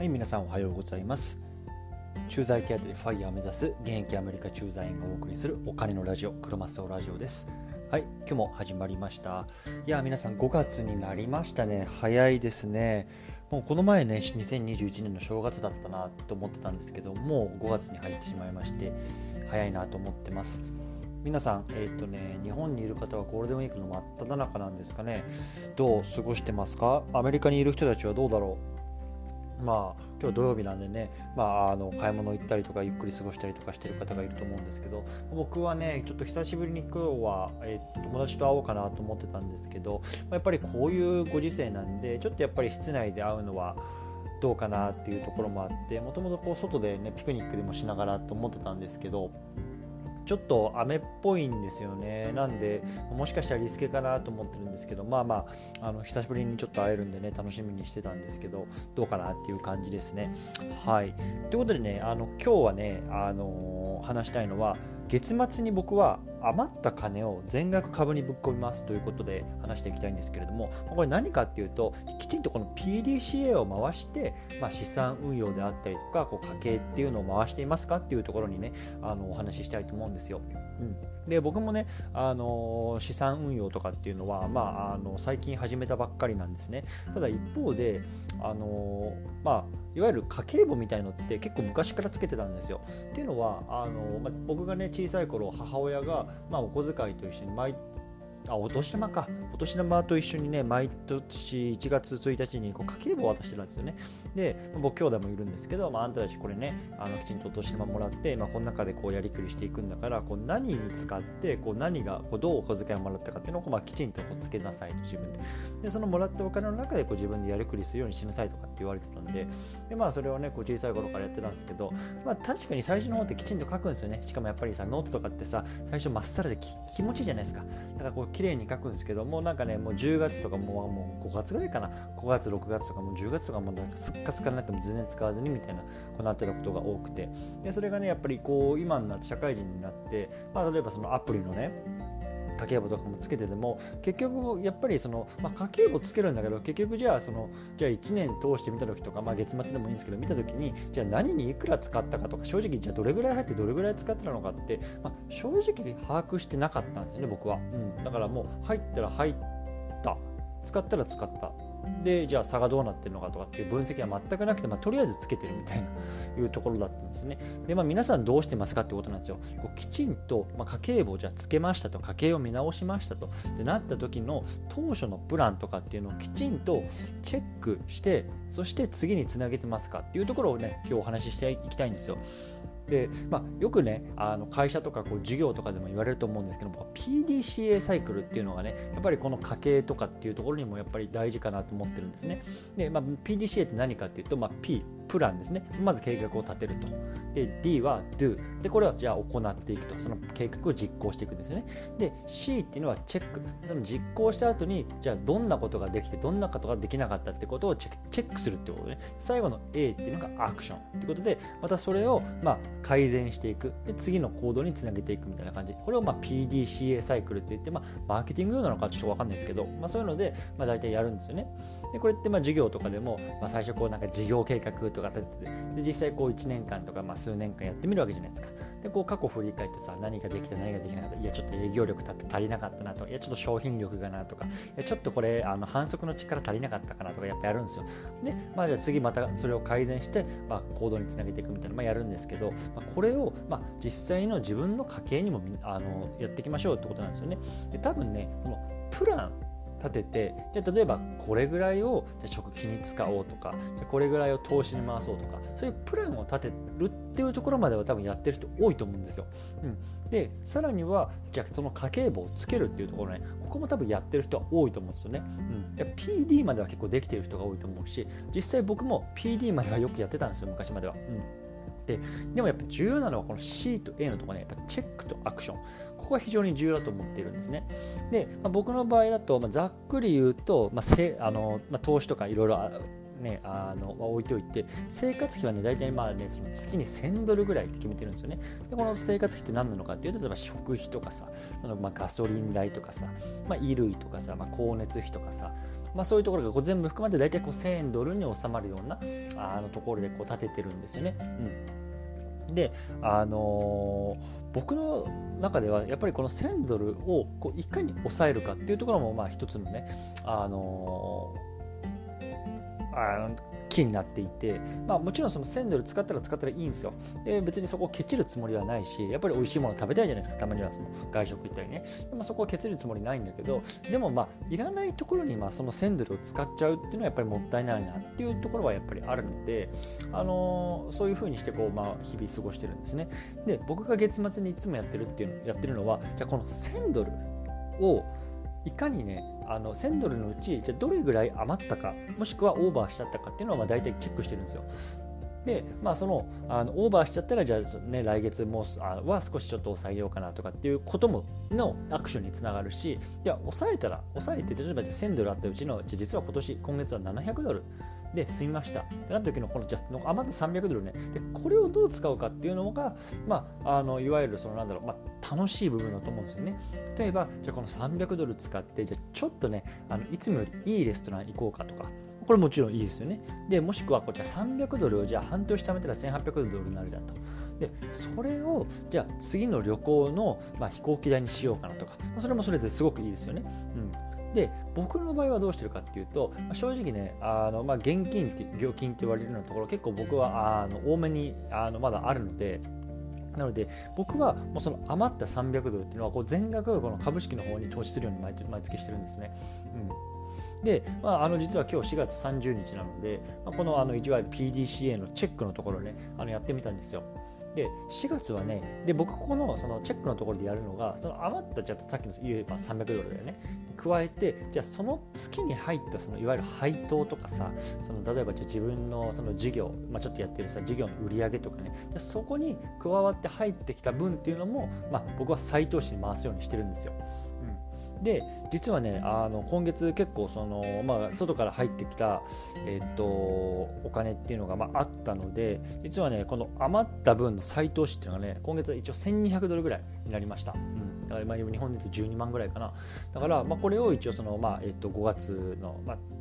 はい、皆さんおはようございます。駐在手当でファイヤーを目指す現役アメリカ駐在員がお送りするお金のラジオ、クロマスオラジオです。はい、今日も始まりました。いや、皆さん5月になりましたね。早いですね。もうこの前ね、2021年の正月だったなと思ってたんですけど、もう5月に入ってしまいまして、早いなと思ってます。皆さん、日本にいる方はゴールデンウィークの真っ只中なんですかね。どう過ごしてますか？アメリカにいる人たちはどうだろう？今日土曜日なんでね、買い物行ったりとかゆっくり過ごしたりとかしてる方がいると思うんですけど、僕はねちょっと久しぶりに今日は、友達と会おうかなと思ってたんですけど、やっぱりこういうご時世なんでちょっとやっぱり室内で会うのはどうかなっていうところもあって、もともとこう外でねピクニックでもしながらと思ってたんですけど、ちょっと雨っぽいんですよね。なんでもしかしたらリスケかなと思ってるんですけど、久しぶりにちょっと会えるんでね楽しみにしてたんですけど、どうかなっていう感じですね。はい、ということでね、今日はね、話したいのは、月末に僕は余った金を全額株にぶっ込みますということで話していきたいんですけれども、これ何かっていうと、きちんとこの PDCA を回して、資産運用であったりとか家計っていうのを回していますかっていうところにねお話ししたいと思うんですよ。で僕もね、資産運用とかっていうのは、最近始めたばっかりなんですね。ただ一方で、いわゆる家計簿みたいのって結構昔からつけてたんですよ。っていうのは僕がね小さい頃、母親が、お小遣いと一緒にお年玉と一緒にね毎年1月1日にこう家計簿を渡してたんですよね。で僕兄弟もいるんですけど、あんたたちこれねきちんとお年玉もらって、この中でこうやりくりしていくんだから、こう何に使って何がこうどうお小遣いをもらったかっていうのをきちんとこうつけなさいと、自分でそのもらったお金の中でこう自分でやりくりするようにしなさいとかって言われてたんで、それをねこう小さい頃からやってたんですけど、確かに最初の方ってきちんと書くんですよね。しかもやっぱりさ、ノートとかってさ、最初まっさらで気持ちいいじゃないですか。だからこう綺麗に書くんですけど、もう10月とかもう5月ぐらいかな、5月6月とかもう10月とかもスッカスカになっても全然使わずにみたいなこうなってたことが多くて、でそれがねやっぱりこう今になって社会人になって、例えばそのアプリのね家計簿とかもつけてでも、結局やっぱりその、家計簿つけるんだけど、結局じゃあ1年通して見た時とか、月末でもいいんですけど見た時に、じゃあ何にいくら使ったかとか、正直じゃあどれぐらい入ってどれぐらい使ってたのかって、正直把握してなかったんですよね、僕は。だからもう入ったら入った、使ったら使った、でじゃあ差がどうなってるのかとかっていう分析は全くなくて、とりあえずつけてるみたいないうところだったんですね。で皆さんどうしてますかってことなんですよ。こうきちんと、家計簿をじゃあつけましたと、家計を見直しましたとでなった時の当初のプランとかっていうのをきちんとチェックして、そして次につなげてますかっていうところをね今日お話ししていきたいんですよ。でよくね会社とかこう事業とかでも言われると思うんですけども、 PDCA サイクルっていうのがねやっぱりこの家計とかっていうところにもやっぱり大事かなと思ってるんですね。で、PDCA って何かっていうと、P プランですね。まず計画を立てると。で D は Do で、これはじゃあ行っていくと、その計画を実行していくんですよね。で C っていうのはチェック、その実行した後にじゃあどんなことができてどんなことができなかったってことをチェックするってことで、ね、最後の A っていうのがアクションっていうことで、またそれを改善していく、で次の行動につなげていくみたいな感じ、これをPDCA サイクルって言って、マーケティング用なのかちょっと分かんないですけど、そういうので大体やるんですよね。でこれって事業とかでも、最初こう事業計画とか立てて、で実際こう1年間とか数年間やってみるわけじゃないですか。でこう過去振り返ってさ、何ができて何ができなかった、いやちょっと営業力足りなかったなとか、いやちょっと商品力がなとか、いやちょっとこれ反則の力足りなかったかなとかやっぱやるんですよ。でじゃあ次またそれを改善して、行動につなげていくみたいな、やるんですけど、これを実際の自分の家計にもやっていきましょうってことなんですよね。で多分ねそのプラン立てて、じゃあ例えばこれぐらいをじゃ食費に使おうとか、じゃこれぐらいを投資に回そうとか、そういうプランを立てるっていうところまでは多分やってる人多いと思うんですよ。でさらにはじゃあその家計簿をつけるっていうところね、ここも多分やってる人は多いと思うんですよね。PD までは結構できてる人が多いと思うし、実際僕も PD まではよくやってたんですよ、昔までは。でもやっぱ重要なのはこの C と A のところね、やっぱチェックとアクション、ここが非常に重要だと思っているんですね。で、僕の場合だと、ざっくり言うと、投資とかいろいろ置いておいて、生活費はね大体その月に$1000ぐらいって決めてるんですよね。でこの生活費って何なのかっていうと、例えば食費とかさ、ガソリン代とかさ、衣類とかさ、光熱費とかさ、 そういうところがこう全部含まって大体こう1000ドルに収まるようなところでこう立ててるんですよね。で、僕の中ではやっぱりこの1000ドルをこういかに抑えるかっていうところも一つのね、気になっていて、もちろんその1000ドル使ったらいいんですよ。で、別にそこをケチるつもりはないし、やっぱり美味しいもの食べたいじゃないですか。たまにはその外食行ったりね。でそこをケチるつもりないんだけど、でもいらないところにその1000ドルを使っちゃうっていうのはやっぱりもったいないなっていうところはやっぱりあるので、そういう風にしてこう日々過ごしてるんですね。で、僕が月末にいつもやってるのは、じゃあこの1000ドルをいかにね、1000ドルのうちじゃあどれぐらい余ったか、もしくはオーバーしちゃったかっていうのは大体チェックしてるんですよ。で、そのオーバーしちゃったらじゃあね、来月もは少しちょっと抑えようかなとかっていうことものアクションにつながるし、じゃあ抑えて例えば1000ドルあったうちの実は今月は700ドルで済みましたってなった時のこの余った300ドルね、でこれをどう使うかっていうのがいわゆるその楽しい部分だと思うんですよね。例えばじゃあこの300ドル使ってじゃあちょっとねいつもよりいいレストラン行こうかとか、これもちろんいいですよね。でもしくはこちら300ドルをじゃあ半年貯めたら1800ドルになるじゃんと。でそれをじゃあ次の旅行の飛行機代にしようかなとか、それもそれですごくいいですよね。で僕の場合はどうしてるかっていうと、正直ね現金って預金って言われるようなところ結構僕は多めにまだあるので、なので僕はもうその余った300ドルっていうのはこう全額この株式の方に投資するように毎月してるんですね。で、実は今日4月30日なので、このいわゆる PDCA のチェックのところねやってみたんですよ。で4月はね、で僕このそのチェックのところでやるのが、その余ったじゃあさっきの言えば300ドルだよね、加えてじゃあその月に入ったそのいわゆる配当とかさ、その例えばじゃあ自分のその事業、ちょっとやってるさ事業の売り上げとかね、そこに加わって入ってきた分っていうのも、僕は再投資に回すようにしてるんですよ。で実はね今月結構その、外から入ってきた、お金っていうのがあったので、実はねこの余った分の再投資っていうのがね今月は一応1200ドルぐらいになりました。だから日本で言うと12万ぐらいかな。だからこれを一応その5月の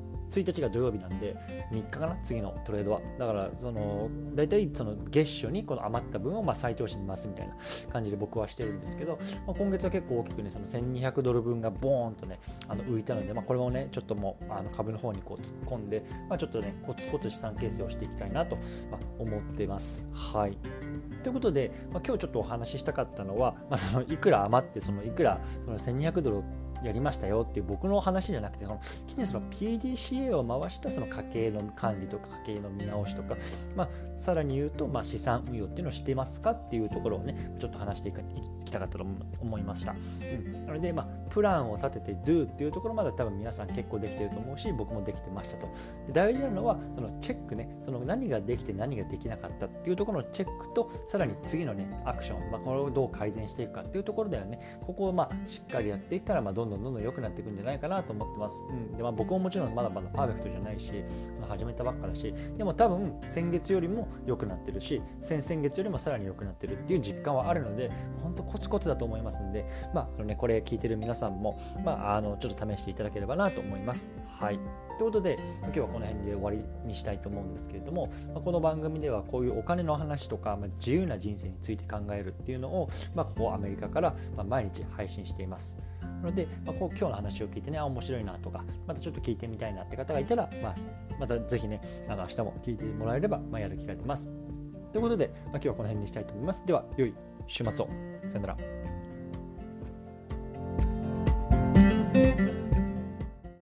1日が土曜日なんで3日かな、次のトレードは。だからそのだいたいその月初にこの余った分を再投資に回すみたいな感じで僕はしてるんですけど、今月は結構大きくねその1200ドル分がボーンとね浮いたので、これもねちょっともう株の方にこう突っ込んで、ちょっとねコツコツ資産形成をしていきたいなと、思ってます。はい。ということで、今日ちょっとお話ししたかったのは、そのいくら余っていくらその1200ドルやりましたよっていう僕の話じゃなくて、きちんとその PDCA を回したその家計の管理とか家計の見直しとか、さらに言うと、資産運用っていうのをしてますかっていうところをねちょっと話していきたかったと思いました。なのでプランを立てて Do っていうところまで多分皆さん結構できてると思うし、僕もできてましたと。で大事なのはそのチェックね、その何ができて何ができなかったっていうところのチェックと、さらに次のねアクション、これをどう改善していくかっていうところだよね。ここをしっかりやっていったらどんどん良くなっていくんじゃないかなと思ってます。で僕ももちろんまだまだパーフェクトじゃないし、その始めたばっかだし、でも多分先月よりも良くなってるし、先々月よりもさらに良くなってるっていう実感はあるので、本当コツコツだと思いますんで、これ聞いてる皆さんもちょっと試していただければなと思います。はい。ということで今日はこの辺で終わりにしたいと思うんですけれども、この番組ではこういうお金の話とか、自由な人生について考えるっていうのを、ここアメリカから毎日配信しています。なので、今日の話を聞いてね面白いなとか、またちょっと聞いてみたいなって方がいたら、またぜひね明日も聞いてもらえれば、やる気が出ます。ということで、今日はこの辺にしたいと思います。では良い週末を。さよなら。